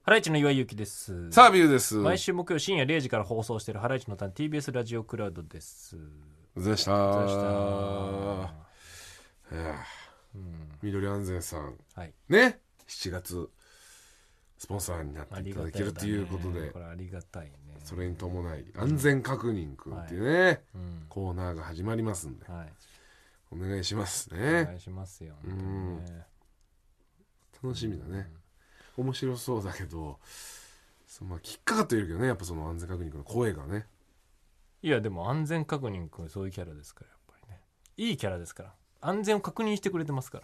ハライチの岩井ゆきです。 サービューです。 毎週木曜深夜0時から放送しているハライチのターン TBS ラジオクラウドです。 お疲れ様でした。緑安全さん、 はい、 ね、7月スポンサーになっていただけるということで、 これありがたいね。 それに伴い安全確認くんっていうね、コーナーが始まりますんで、はい、お願いしますね。 お願いしますよ、ね、 楽しみだね、面白そうだけど、まあ、きっかかっているけどね、やっぱその安全確認くんの声がね。 いやでも安全確認くんそういうキャラですから、やっぱりね、いいキャラですから、安全を確認してくれてますから。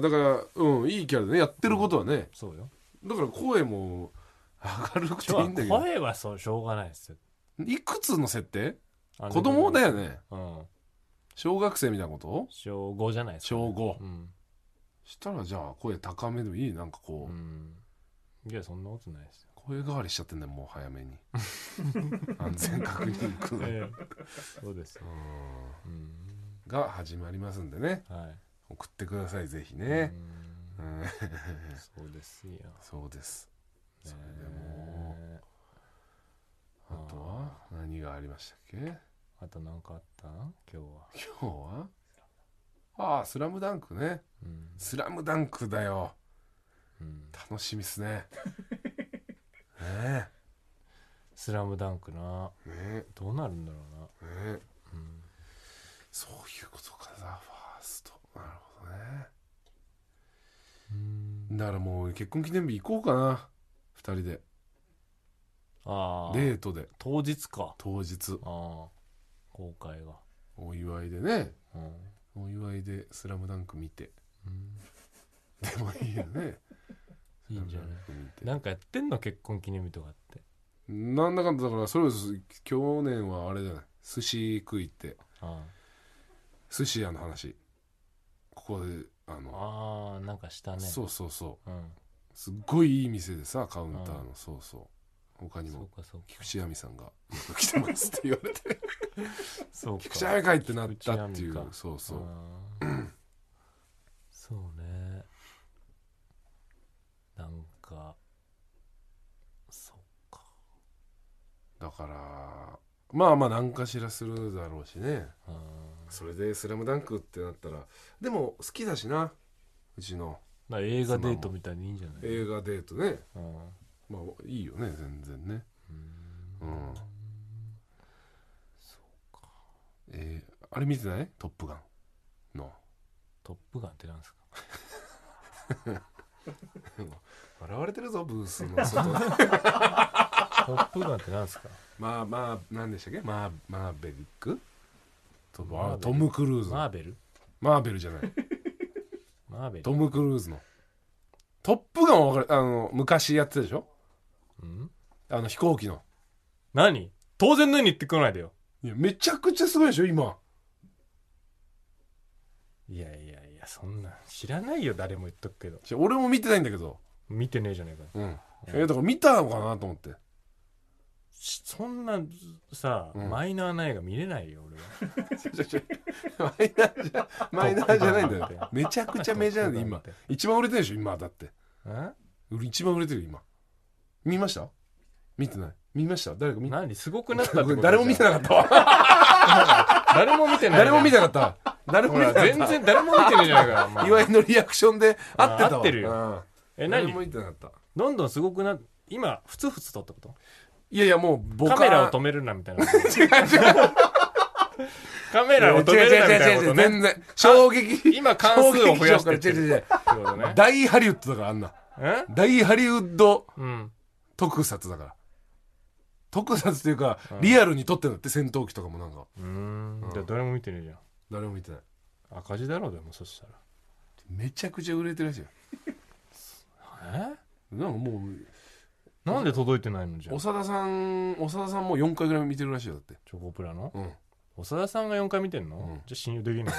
だからいいキャラでね、やってることはね、 そうよ。 だから声も明るくていいんだけど、 声はそうしょうがないですよ。 いくつの設定？子供だよね、小学生みたいなこと？ 小5じゃないですか、ね、 小5、したらじゃあ声高めでもいい？なんかこう、いやそんなことないですよ。 声変わりしちゃってんだよ、もう早めに安全確認くん、 そうですよ、 が始まりますんでね、はい、送ってくださいぜひね。 そうですよ。 そうです。それでもあとは何がありましたっけ？ あと何かあった？今日はスラムダンクね、スラムダンクだよ、楽しみっすねスラムダンクな、どうなるんだろうな、 そういうことか。ザ・ファースト、なるほどね。だからもう結婚記念日行こうかな、2人で。デートで。 当日か。 当日。 公開が。 お祝いでね、お祝いでスラムダンク見て、でもいいよねいいんじゃない？なんかやってんの、結婚記念日とかって。 なんだかんだ、だからそれこそ去年はあれじゃない、寿司食いって、寿司屋の話、ここでなんかしたね。 そうそうそう、すっごいいい店でさ、カウンターの、そうそう、他にも菊池亜美さんがよく来てますって言われて菊池亜美かいってなったっていう。そうそうそうね、なんかそっか。 だからまあまあ何かしらするだろうしね。それでスラムダンクってなったら、でも好きだしな、うちの映画デートみたいにいいんじゃない？ 映画デートね、まあいいよね、全然ね。そうか。あれ見てない？トップガンの。 トップガンってなんですか？ 笑われてるぞ、ブースの外でトップガンってなんですか？ まあ何でしたっけ？マーベリック？トム・クルーズ。マーベルじゃないマーベル。 トム・クルーズのトップガンは分かる。昔やってたでしょ、飛行機の。 何？当然のように言ってこないでよ。 いや、めちゃくちゃすごいでしょ今。 いやそんな知らないよ、誰も言っとくけど。 俺も見てないんだけど。 見てねえじゃねえか。 だから見たのかなと思って。 そんなさ、マイナーな映画見れないよ俺は。 マイナーじゃないんだよ。めちゃくちゃメジャーで今一番売れてるでしょ今。だって一番売れてる今。見ました？見てない？見ました？誰か見た？ 何すごくなったってこと？ 誰も見てなかったわ誰も見てない。 誰も見てなかった。誰も見てなかった。 全然誰も見てねえじゃないか。 岩井のリアクションで合ってたわ。 合ってるよ。 誰も見てなかった。 どんどんすごくなっ、今ふつふつとってこと？ いやもうカメラを止めるなみたいな。違うカメラを止めるなみたいなことね。 全然衝撃。 今関数を増やしてる。 大ハリウッドだから、あんな大ハリウッド特撮だから。特撮っていうかリアルに撮ってんだって、戦闘機とかもなんか。 じゃあ誰も見てねえじゃん。 誰も見てない。 赤字だろう。でもそしたらめちゃくちゃ売れてるらしいよ。なんかもうなんで届いてないの？じゃあ長田さんも4回ぐらい見てるらしいよ。だってチョコプラの、長田さんが4回見てんの？じゃあ信用できない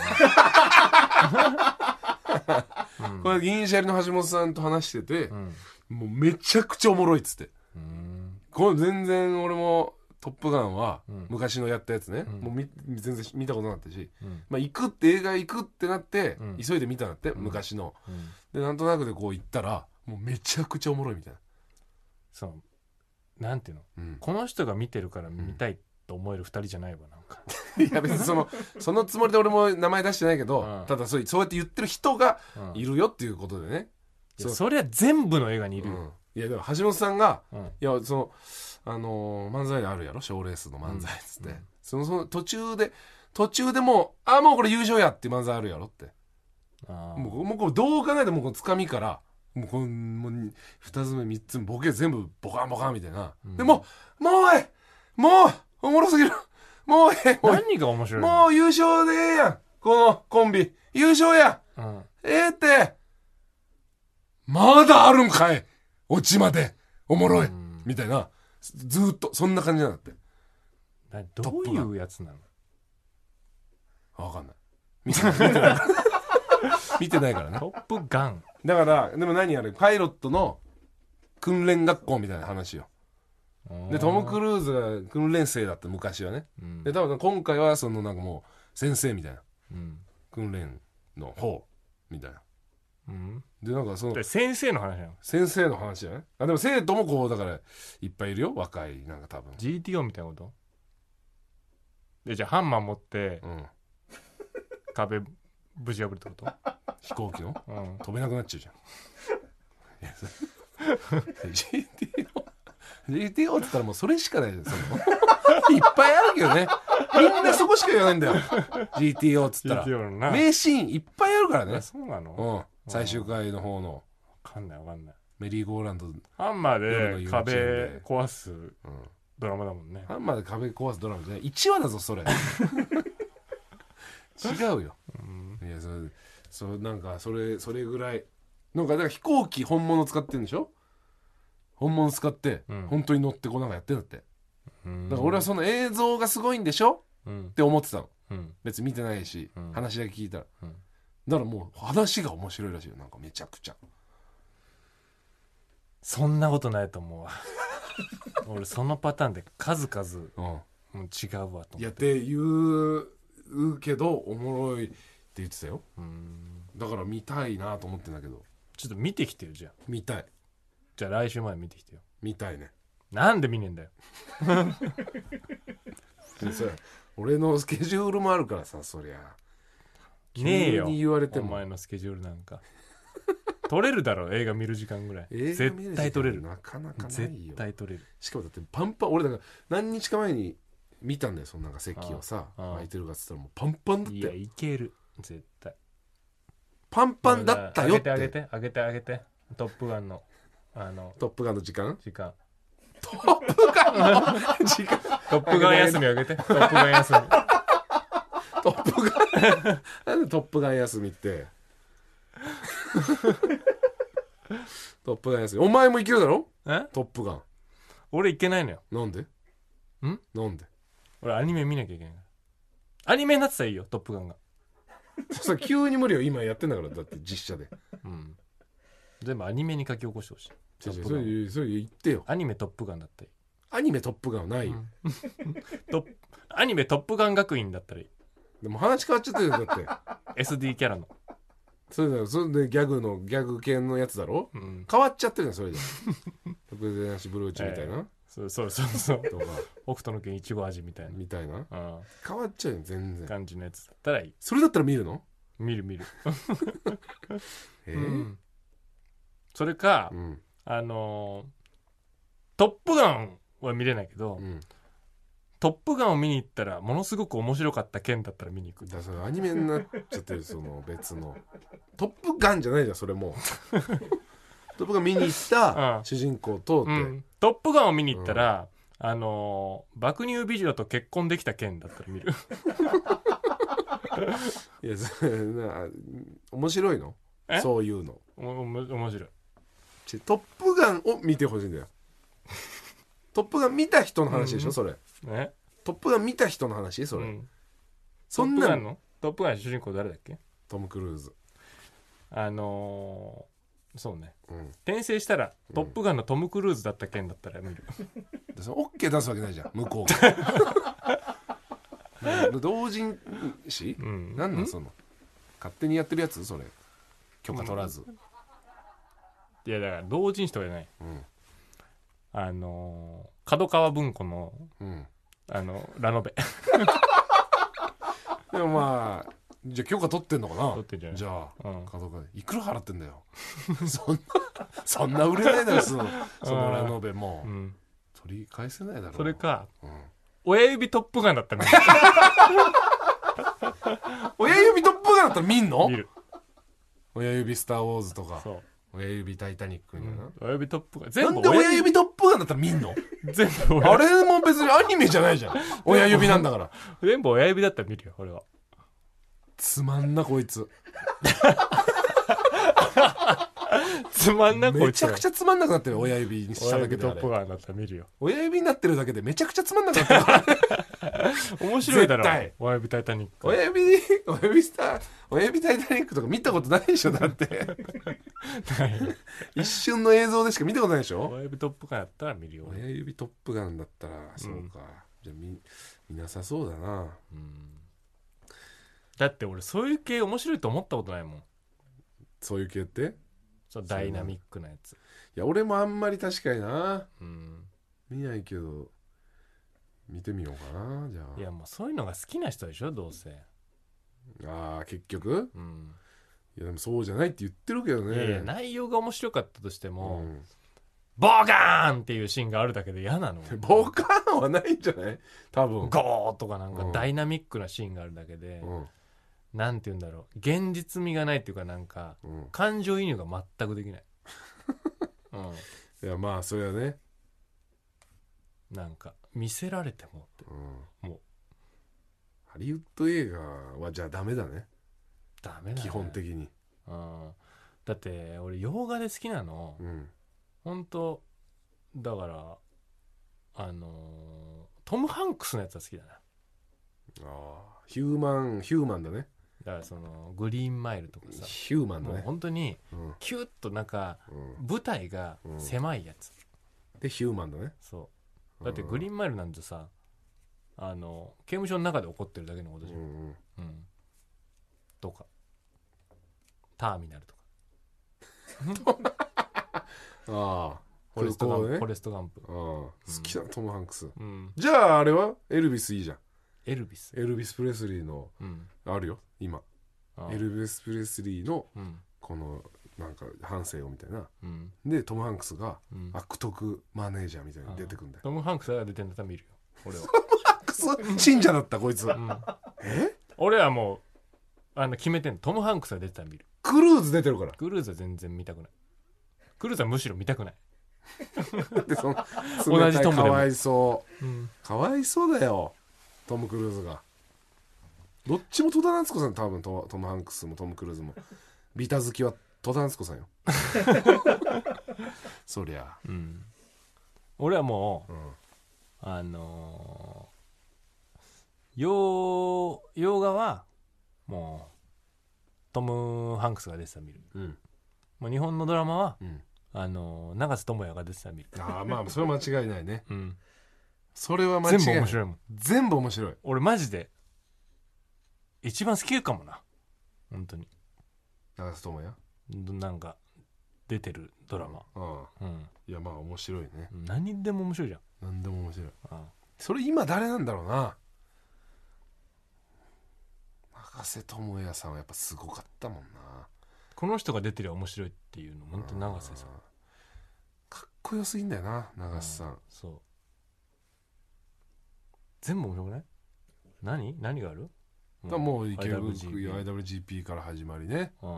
な。これ銀シャリの橋本さんと話してて、もうめちゃくちゃおもろいっつって。これ全然俺もトップガンは昔のやったやつね、もう全然見たことなかったし、まあ映画行くってなって、急いで見たんだって、昔の。でなんとなくでこう行ったらもうめちゃくちゃおもろいみたいな。 そのなんていうの、 うん、 この人が見てるから見たいと思える2人じゃないわなんかいや別にそのつもりで俺も名前出してないけど、 うん、 ただそうやって言ってる人がいるよっていうことでね、 いやそれは全部の映画にいるよ、 いやでも橋本さんが、 うん、 いや漫才あるやろ賞レースの漫才っつって、その途中でもうもうこれ優勝やっていう漫才あるやろって、もうこれどう考えてもこのつかみからもう2つ目3つ目ボケ全部ボカンボカンみたいな、でもうおもろすぎるもう何が面白いの？ もう優勝でええやんこのコンビ優勝や、ってまだあるんかいオチまでおもろい、みたいなずーっとそんな感じなんだって。 どういうやつなの？ 分かんない見てないから見てないからね。 トップガンだからでも何あれパイロットの訓練学校みたいな話よ。でトム・クルーズが訓練生だった昔はね、で多分今回はそのなんかもう先生みたいな、訓練の方みたいな、でなんかその先生の話なの？ 先生の話じゃない？でも生徒もこうだからいっぱいいるよ若いなんか多分 GTO みたいなことで、じゃあハンマー持って、壁ぶち破るってこと？ 飛行機の、飛べなくなっちゃうじゃん。いやGTO って言ったらもうそれしかないですよいっぱいあるけどね、みんなそこしか言わないんだよGTO っつったら GTO のな名シーンいっぱいあるからね。 そうなの？ 最終回の方の分かんないメリーゴーランドハンマーで壁壊すドラマだもんね。 ハンマーで壁壊すドラマじゃない1話だぞそれ違うよ、いやなんかそれぐらいなんかだから飛行機本物使ってるんでしょ、本物使って、本当に乗ってこうなんかやってんだって、だから俺はその映像がすごいんでしょ、って思ってたの、別に見てないし、話だけ聞いたら、だからもう話が面白いらしいよなんかめちゃくちゃ。 そんなことないと思うわ俺そのパターンで数々、もう違うわと思って。 いやって言うけどおもろいって言ってたよ。だから見たいなと思ってんだけど。 ちょっと見てきてよじゃあ。 見たい。 じゃあ来週まで見てきてよ。 見たいね。 なんで見ねえんだよでさ俺のスケジュールもあるからさ、そりゃねえよ急に言われてもお前のスケジュールなんか取れるだろ映画見る時間ぐらい。絶対取れる。 なかなかないよ。 絶対取れる。 しかもだってパンパン、俺だから何日か前に見たんだよ、そのなんか席をさ空いてるかっつったらもうパンパンだって。 いやいける絶対パンパンだったよって。 あげてトップガンのトップガンの時間トップガンの時間トップガン休みあげてトップガン休みトップガンなんでトップガン休みってトップガン休みお前も行けるだろ。トップガン俺行けないのよ。 なんでなんで俺アニメ見なきゃいけないから。アニメになってたらいいよトップガンがそ急に無理よ今やってんだから。だって実写で全部アニメに書き起こしてほしい。 それ言ってよ。 アニメトップガンだったらいい。 アニメトップガンはないよ、 アニメトップガン学院だったらいい。 でも話変わっちゃってるよだって SD キャラのそれでギャグ系のやつだろ、変わっちゃってるじゃんそれで特別なしブルーチみたいな、 そうとか北斗の拳いちご味みたいな変わっちゃうよ全然感じのやつだったらいい。 それだったら見るの？ 見るそれか、トップガンは見れないけど、トップガンを見に行ったらものすごく面白かった件だったら見に行く。 だからそれアニメになっちゃってるその別のトップガンじゃないじゃんそれもトップガン見に行った主人公とって、 トップガンを見に行ったら、爆乳美女と結婚できた件だったら見るいや面白いのそういうの面白い。 トップガンを見てほしいんだよトップガン見た人の話でしょそれ。トップガン見た人の話それ、そんなの。 トップガン主人公誰だっけ？ トム・クルーズ。 そうね、転生したらトップガンのトム・クルーズだった件だったら見るオッケー出すわけないじゃん向こうが同人誌、なんなんその勝手にやってるやつそれ許可取らず、 いやだから同人誌とかじゃない、 角川文庫のうんラノベでもまあじゃあ許可取ってんのかな。 取ってんじゃない。 じゃあ、 うん角川いくら払ってんだよそんな売れないだろそのラノベも、 うん、 取り返せないだろ。 それか、 うん、 親指トップガンだったら親指トップガンだったら見んの。 見る。 親指スターウォーズとかそう親指タイタニックみたいな、 親指トップガンなんで親指トップガンだったら見んの全部あれも別にアニメじゃないじゃん親指なんだから全部親指だったら見るよ俺は。 つまんなこいつつまんなこいつめちゃくちゃつまんなくなってる。親指にしただけで親指トップガンだったら見るよ。 親指になってるだけでめちゃくちゃつまんなくなってるから面白いだろ絶対親指タイタニック。 親指タイタニックとか見たことないでしょだって一瞬の映像でしか見たことないでしょ。 親指トップガンやったら見るよ。 親指トップガンだったらそうか、じゃあ見なさそうだな、 うん、だって俺そういう系面白いと思ったことないもん。 そういう系ってそうダイナミックなやつ。 いや俺もあんまり確かにな、 うん、 見ないけど見てみようかな。じゃあいやもうそういうのが好きな人でしょどうせ。 ああ結局、 うん、 いやでもそうじゃないって言ってるけどね。 いやいや内容が面白かったとしても、 うん、 ボーガーンっていうシーンがあるだけで嫌なの。 ボカーンはないんじゃない多分。 ゴーとかなんかダイナミックなシーンがあるだけで、 うんなんて言うんだろう現実味がないっていうかなんか、 うん、 感情移入が全くできない、うん、 いやまあそれはね、 なんか見せられてもって、 うん、 もうハリウッド映画はじゃあダメだね。 ダメだね基本的に、 うん、だって俺洋画で好きなの、 うん、 本当だからトム・ハンクスのやつは好きだな。 あヒューマンだね。 だからそのグリーンマイルとかさヒューマンだもうね。 本当にうんキュッとなんかうん、 舞台が狭いやつ、 でヒューマンだね。 そうだってグリーンマイルなんてさ刑務所の中で起こってるだけのことじゃん、 うんうん、 うん、とかターミナルとかああフォレストガンプ、 ね、 フォレストガンプ、 ああ好きだ、トム・ハンクス、 うん、 じゃああれはエルビスいいじゃん。 エルビス、 エルビス・プレスリーの、 うん、 あるよ今エルビス・プレスリーの、 うん、 このなんか半生をみたいな、 うん、 でトム・ハンクスがうん、 悪徳マネージャーみたいに出てくんだよ。 トム・ハンクスが出てんだったら見るよ俺はハンクス信者だったこいつ、 うん、 え俺はもう決めてんの。トム・ハンクスが出てたら見る。 クルーズ出てるから。 クルーズは全然見たくない。クルーズはむしろ見たくない。 でその同じトムでもかわいそう、 うん、 かわいそうだよトム・クルーズが。どっちも戸田夏子さん。多分トム・ハンクスもトム・クルーズもビタ好きは戸田夏子さんよそりゃ、 うん、俺はもう、 うん、 洋画はもうトム・ハンクスが出てたら見る、 うん、 もう日本のドラマは、 うん、 長瀬智也が出てたら見る。 ああまあそれは間違いないね、 うん、 それは間違いない。 全部面白いもん。 全部面白い。 俺マジで一番好きかもな本当に。 長瀬智也なんか出てるドラマ、 ああ、 うん、 いやまあ面白いね。 何でも面白いじゃん。 何でも面白い。 ああそれ今誰なんだろうな。長瀬智也さんはやっぱすごかったもんな。 この人が出てりゃ面白いっていうの本当に長瀬さんかっこよすぎんだよな長瀬さん、 そう全部面白くない？何がある？ もう池袋 IWGP IWGP から始まりね、 うん、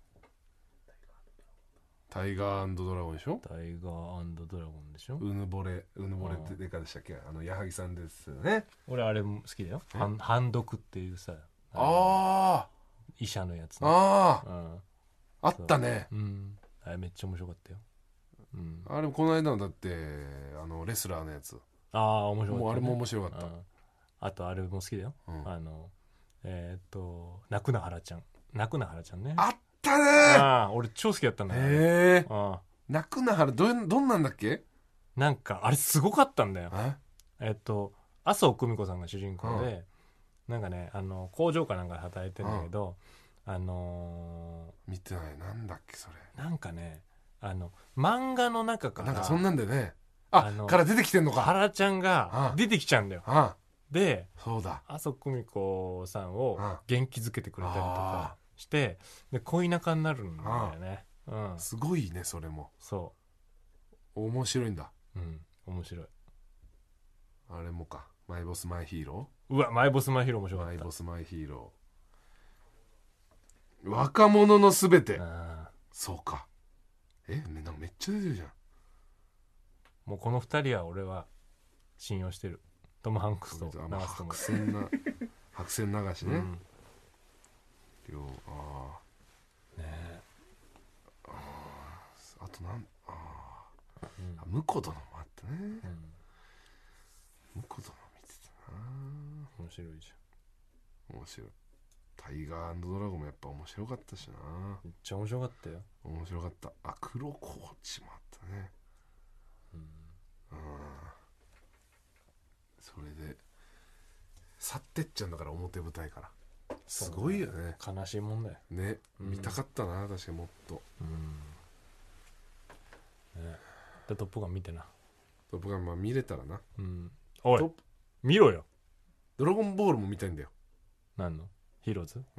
タイガー&ドラゴンでしょ。 タイガー&ドラゴンでしょ。 うぬぼれってでかでしたっけ、矢作さんですよね。 俺あれも好きだよ。ハンドクっていうさあ医者のやつ、 ね、ああったね。 あれめっちゃ面白かったよ、 あれもこの間のだってレスラーのやつ、 面白かった、ね、 もうあれも面白かった、 あとあれも好きだよ、泣くなはらちゃんね。 あったね。 俺超好きだったんだよ。 へえ。泣くなはらどんなんだっけ。 なんかあれすごかったんだよ。麻生久美子さんが主人公で、なんかね工場かなんかで働いてんだけど、 見てない。なんだっけそれ。 なんかね漫画の中からなんかそんなんでね、 から出てきてんのか。 原ちゃんが出てきちゃうんだよ。で、 そうだ。 麻生久美子さんを元気づけてくれたりとかして、で恋仲になるんだよね。 すごいね、それも。 そう。 面白いんだ。 面白い。 あれもか。マイボスマイヒーロー。うわ、マイボスマイヒーロー面白かった。 マイボスマイヒーロー。若者のすべて。そうか。なんかめっちゃ出てるじゃん。 もうこの2人は俺は信用してる。トム・ハンクスと流すとも。 白線流しね。ねえ。 あと婿殿もあったね。婿殿見てたな。 面白いじゃん。面白い。タイガー&ドラゴンもやっぱ面白かったしな。 めっちゃ面白かったよ。 面白かった。黒コーチもあったね。それで去ってっちゃうんだから、表舞台から。すごいよね。 悲しいもんだよね。見たかったな、確かにもっと。 でトップガン見てな。 トップガン見れたらな。 おい見ろよ。 ドラゴンボールも見たいんだよ。 何のヒーローズ？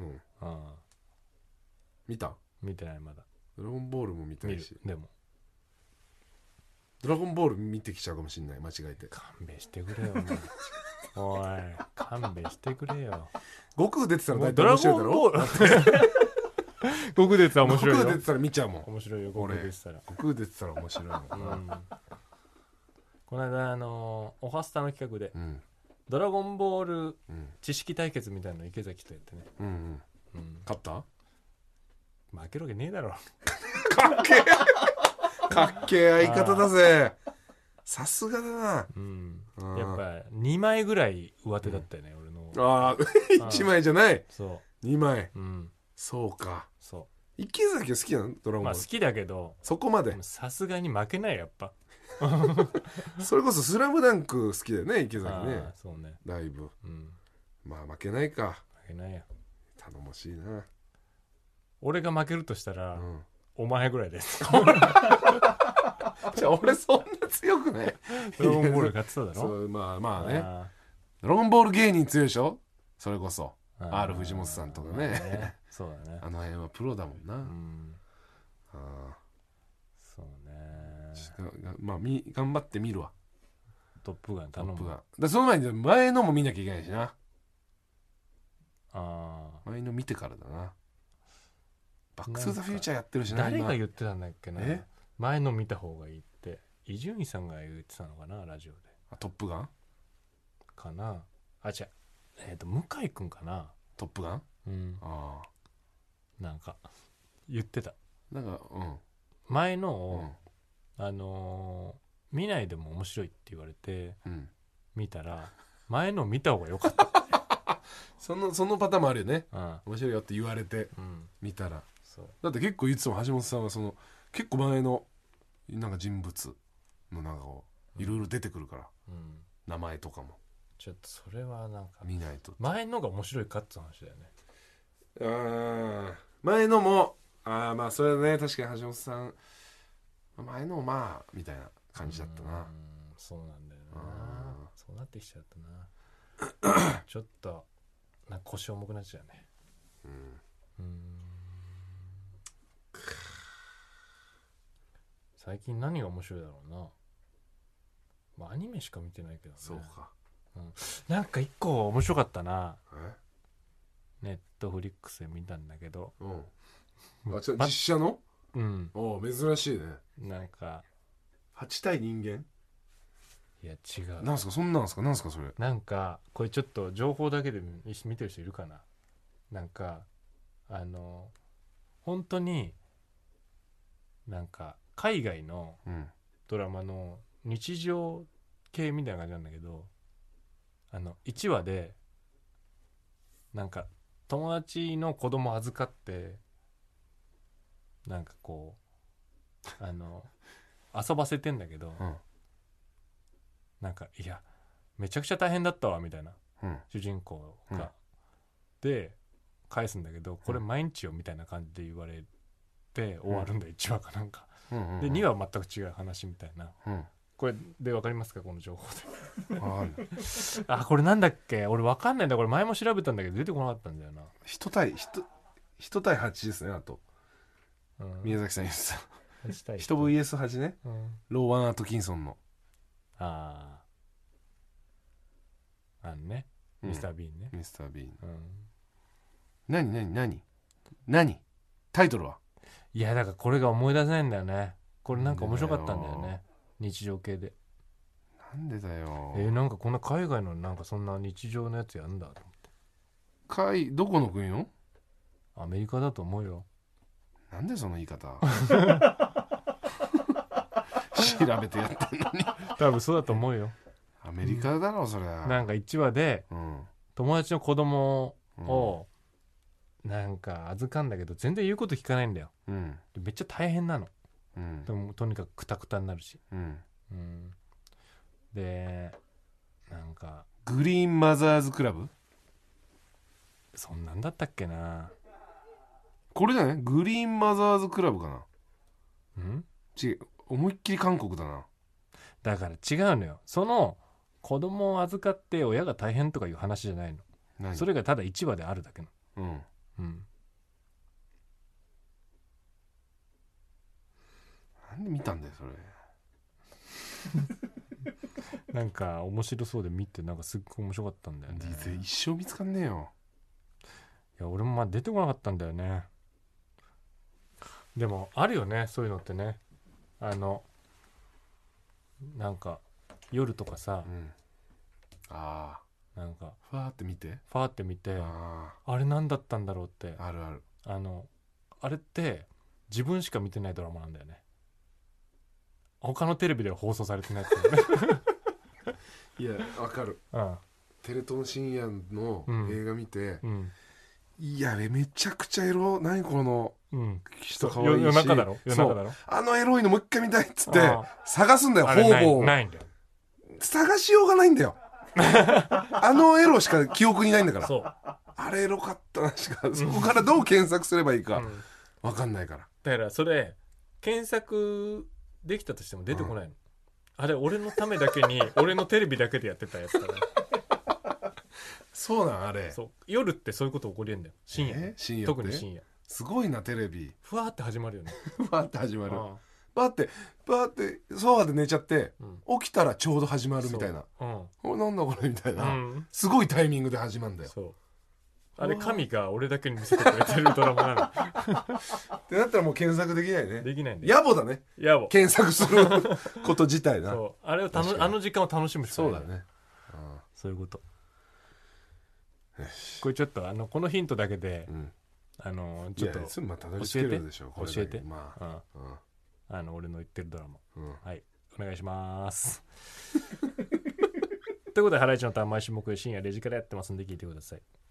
見た？ 見てないまだ。 ドラゴンボールも見たいし。 でもドラゴンボール見てきちゃうかもしんない、間違えて。 勘弁してくれよおい、勘弁してくれよ。 悟空出てたら大体面白いだろ。 悟空出てたら面白いよ。 悟空出てたら見ちゃうもん。 面白いよ、悟空出てたら。 悟空出てたら面白いもんな。 この間オハスタの企画でドラゴンボール知識対決みたいなの池崎とやってね。 勝った？ 負けるわけねえだろ。 かっけえかっけえ相方だぜ。さすがだな。 やっぱ2枚ぐらい上手だったよね、俺の。 1枚じゃない。 そう 2枚。そうか。 そう池崎は好きなの？ドラゴンボール。 好きだけどそこまでさすがに負けないよ、やっぱ。 それこそスラムダンク好きだよね、池崎ね。 そうね。 だいぶ。まあ負けないか。 負けないよ。 頼もしいな。 俺が負けるとしたらお前ぐらいです。 じゃあ俺そんな強くない。 ドラゴンボール勝ってただろ。 まあね。ドラゴンボール芸人強いでしょ、それこそ。R 藤本さんとかね。 そうだね。 あの辺はプロだもんな。 そうね。 まあ頑張って見るわ。 トップガン頼む。 その前に前のも見なきゃいけないしな。前の見てからだな。バックトゥザフューチャーやってるしな。 誰が言ってたんだっけな。前の見た方がいいって伊集院さんが言ってたのかな、ラジオで。 トップガンかな。違う、向井くんかな。 トップガン。 なんか言ってた。 なんか前の見ないでも面白いって言われて見たら、前の見た方が良かった。 そのパターンもあるよね。面白いよって言われて見たら。だって結構いつも橋本さんは結構前のなんか人物のなんかいろいろ出てくるから、名前とかも。 ちょっとそれはなんか見ないと。 前のが面白いかって話だよね。 前のもまあそれはね、確かに橋本さん前のもまあみたいな感じだったな。 そうなんだよな。そうなってきちゃうとな。ちょっとなんか腰重くなっちゃうね。最近何が面白いだろうな。まあアニメしか見てないけどね。 そうか。 なんか一個面白かったな。ネットフリックスで見たんだけど。 実写の？珍しいね。 なんか 8対人間？ いや違う。 なんすか、そんなんすか、なんすかそれ。 なんかこれちょっと情報だけで見てる人いるかな。なんか本当になんか海外のドラマの日常系みたいな感じなんだけど、1話でなんか友達の子供預かってなんかこう遊ばせてんだけど、なんかいやめちゃくちゃ大変だったわみたいな、主人公が、で返すんだけど、これ毎日よみたいな感じで言われて終わるんだ、1話かなんか、で2話は全く違う話みたいな、 これで分かりますか、この情報で。 ああ、これなんだっけ、俺分かんないんだ。これ前も調べたんだけど出てこなかったんだよな。 1対8ですね。あと、宮崎さん言ってた人 VS8 ね、ローワン・アトキンソンのあのね、ミスター・ビーンね。 ミスター・ビーン、何タイトルは？ いやだからこれが思い出せないんだよね。これなんか面白かったんだよね、日常系で。 なんでだよ。 なんかこんな海外のなんかそんな日常のやつやんだと思って。 どこの国の？ アメリカだと思うよ。 なんでその言い方調べてやってんのに。 多分そうだと思うよ。 アメリカだろそれ。 なんか1話で、友達の子供をなんか預かんだけど全然言うこと聞かないんだよ、めっちゃ大変なの、でもとにかくクタクタになるし、でなんかグリーンマザーズクラブ、 そんなんだったっけな。 これだね、グリーンマザーズクラブかな。違う、思いっきり韓国だな。 だから違うのよ。その子供を預かって親が大変とかいう話じゃないの。それがただ1話であるだけの。 なんで見たんだよそれ。なんか面白そうで見て、なんかすっごい面白かったんだよね。 一生見つかんねえよ。 いや俺もまあ出てこなかったんだよね。でもあるよね、そういうのってね。なんか夜とかさ、なんかファーって見て、 あれ何だったんだろうって。 あるある。 あれって自分しか見てないドラマなんだよね。他のテレビでは放送されてないってね。 いやわかる、テレ東深夜の映画見て、いやめちゃくちゃエロ、何この人かわいいし、 夜中だろ、 エロいのもう一回見たいっつって探すんだよ。ほぼないんだよ、 探しようがないんだよ。エロしか記憶にないんだから。 そう、 あれエロかったなしか、そこからどう検索すればいいか分かんないから。 だからそれ検索できたとしても出てこないの、あれ俺のためだけに俺のテレビだけでやってたやつだから。 そうなん、あれ。 そう、夜ってそういうこと起こりえんだよ、深夜、特に深夜。 すごいな、テレビふわーって始まるよね。 ふわって始まる、バーってソファーで寝ちゃって、起きたらちょうど始まるみたいな、なんだこれみたいな、すごいタイミングで始まるんだよ。 そう、あれ神が俺だけに見せてくれてるドラマなの。 ってなったらもう検索できないね。 できないんだよ。 野暮だね、検索すること自体な。 そう、あれをあの時間を楽しむしかない。 そうだね、 そういうこと。これちょっとこのヒントだけで、ちょっと教えて、俺の言ってるドラマ、はい、お願いします。ということで、ハライチのターン毎週木曜深夜0時からやってますんで聞いてください。